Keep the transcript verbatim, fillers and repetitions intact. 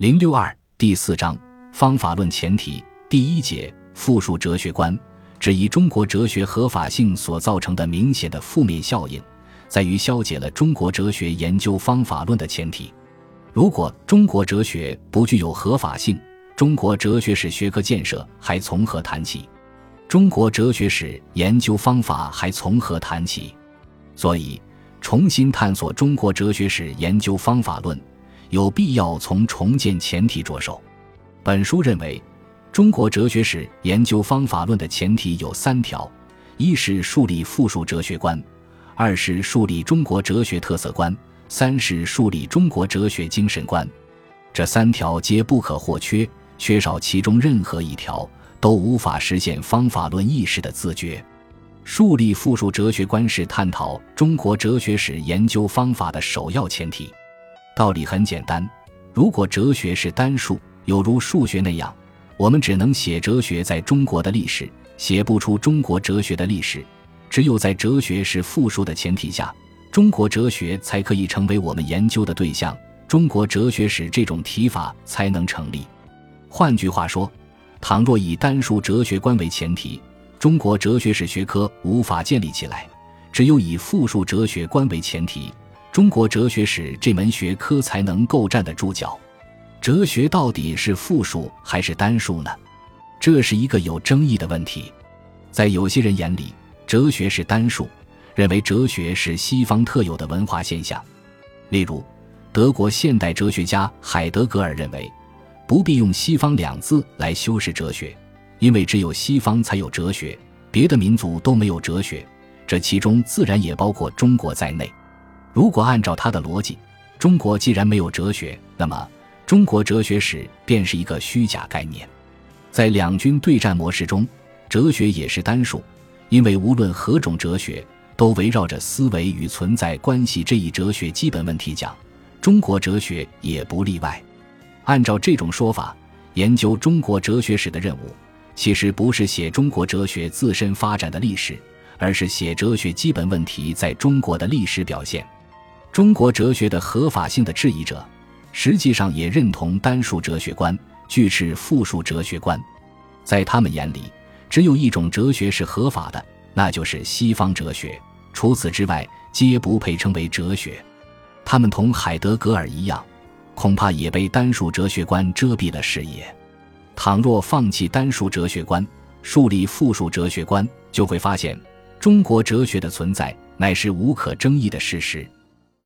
零六二第四章方法论前提第一节复数哲学观，质疑中国哲学合法性所造成的明显的负面效应，在于消解了中国哲学研究方法论的前提。如果中国哲学不具有合法性，中国哲学史学科建设还从何谈起？中国哲学史研究方法还从何谈起？所以，重新探索中国哲学史研究方法论，有必要从重建前提着手。本书认为，中国哲学史研究方法论的前提有三条：一是树立复数哲学观，二是树立中国哲学特色观，三是树立中国哲学精神观。这三条皆不可或缺，缺少其中任何一条，都无法实现方法论意识的自觉。树立复数哲学观是探讨中国哲学史研究方法的首要前提。道理很简单，如果哲学是单数，有如数学那样，我们只能写哲学在中国的历史，写不出中国哲学的历史。只有在哲学是复数的前提下，中国哲学才可以成为我们研究的对象，中国哲学史这种提法才能成立。换句话说，倘若以单数哲学观为前提，中国哲学史学科无法建立起来；只有以复数哲学观为前提，中国哲学史这门学科才能够站得住脚。哲学到底是复数还是单数呢？这是一个有争议的问题。在有些人眼里，哲学是单数，认为哲学是西方特有的文化现象。例如，德国现代哲学家海德格尔认为，不必用西方两字来修饰哲学，因为只有西方才有哲学，别的民族都没有哲学，这其中自然也包括中国在内。如果按照他的逻辑，中国既然没有哲学，那么中国哲学史便是一个虚假概念。在两军对战模式中，哲学也是单数，因为无论何种哲学都围绕着思维与存在关系这一哲学基本问题讲，中国哲学也不例外。按照这种说法，研究中国哲学史的任务其实不是写中国哲学自身发展的历史，而是写哲学基本问题在中国的历史表现。中国哲学的合法性的质疑者实际上也认同单数哲学观，拒斥复数哲学观。在他们眼里，只有一种哲学是合法的，那就是西方哲学，除此之外皆不配称为哲学。他们同海德格尔一样，恐怕也被单数哲学观遮蔽了视野。倘若放弃单数哲学观，树立复数哲学观，就会发现中国哲学的存在乃是无可争议的事实。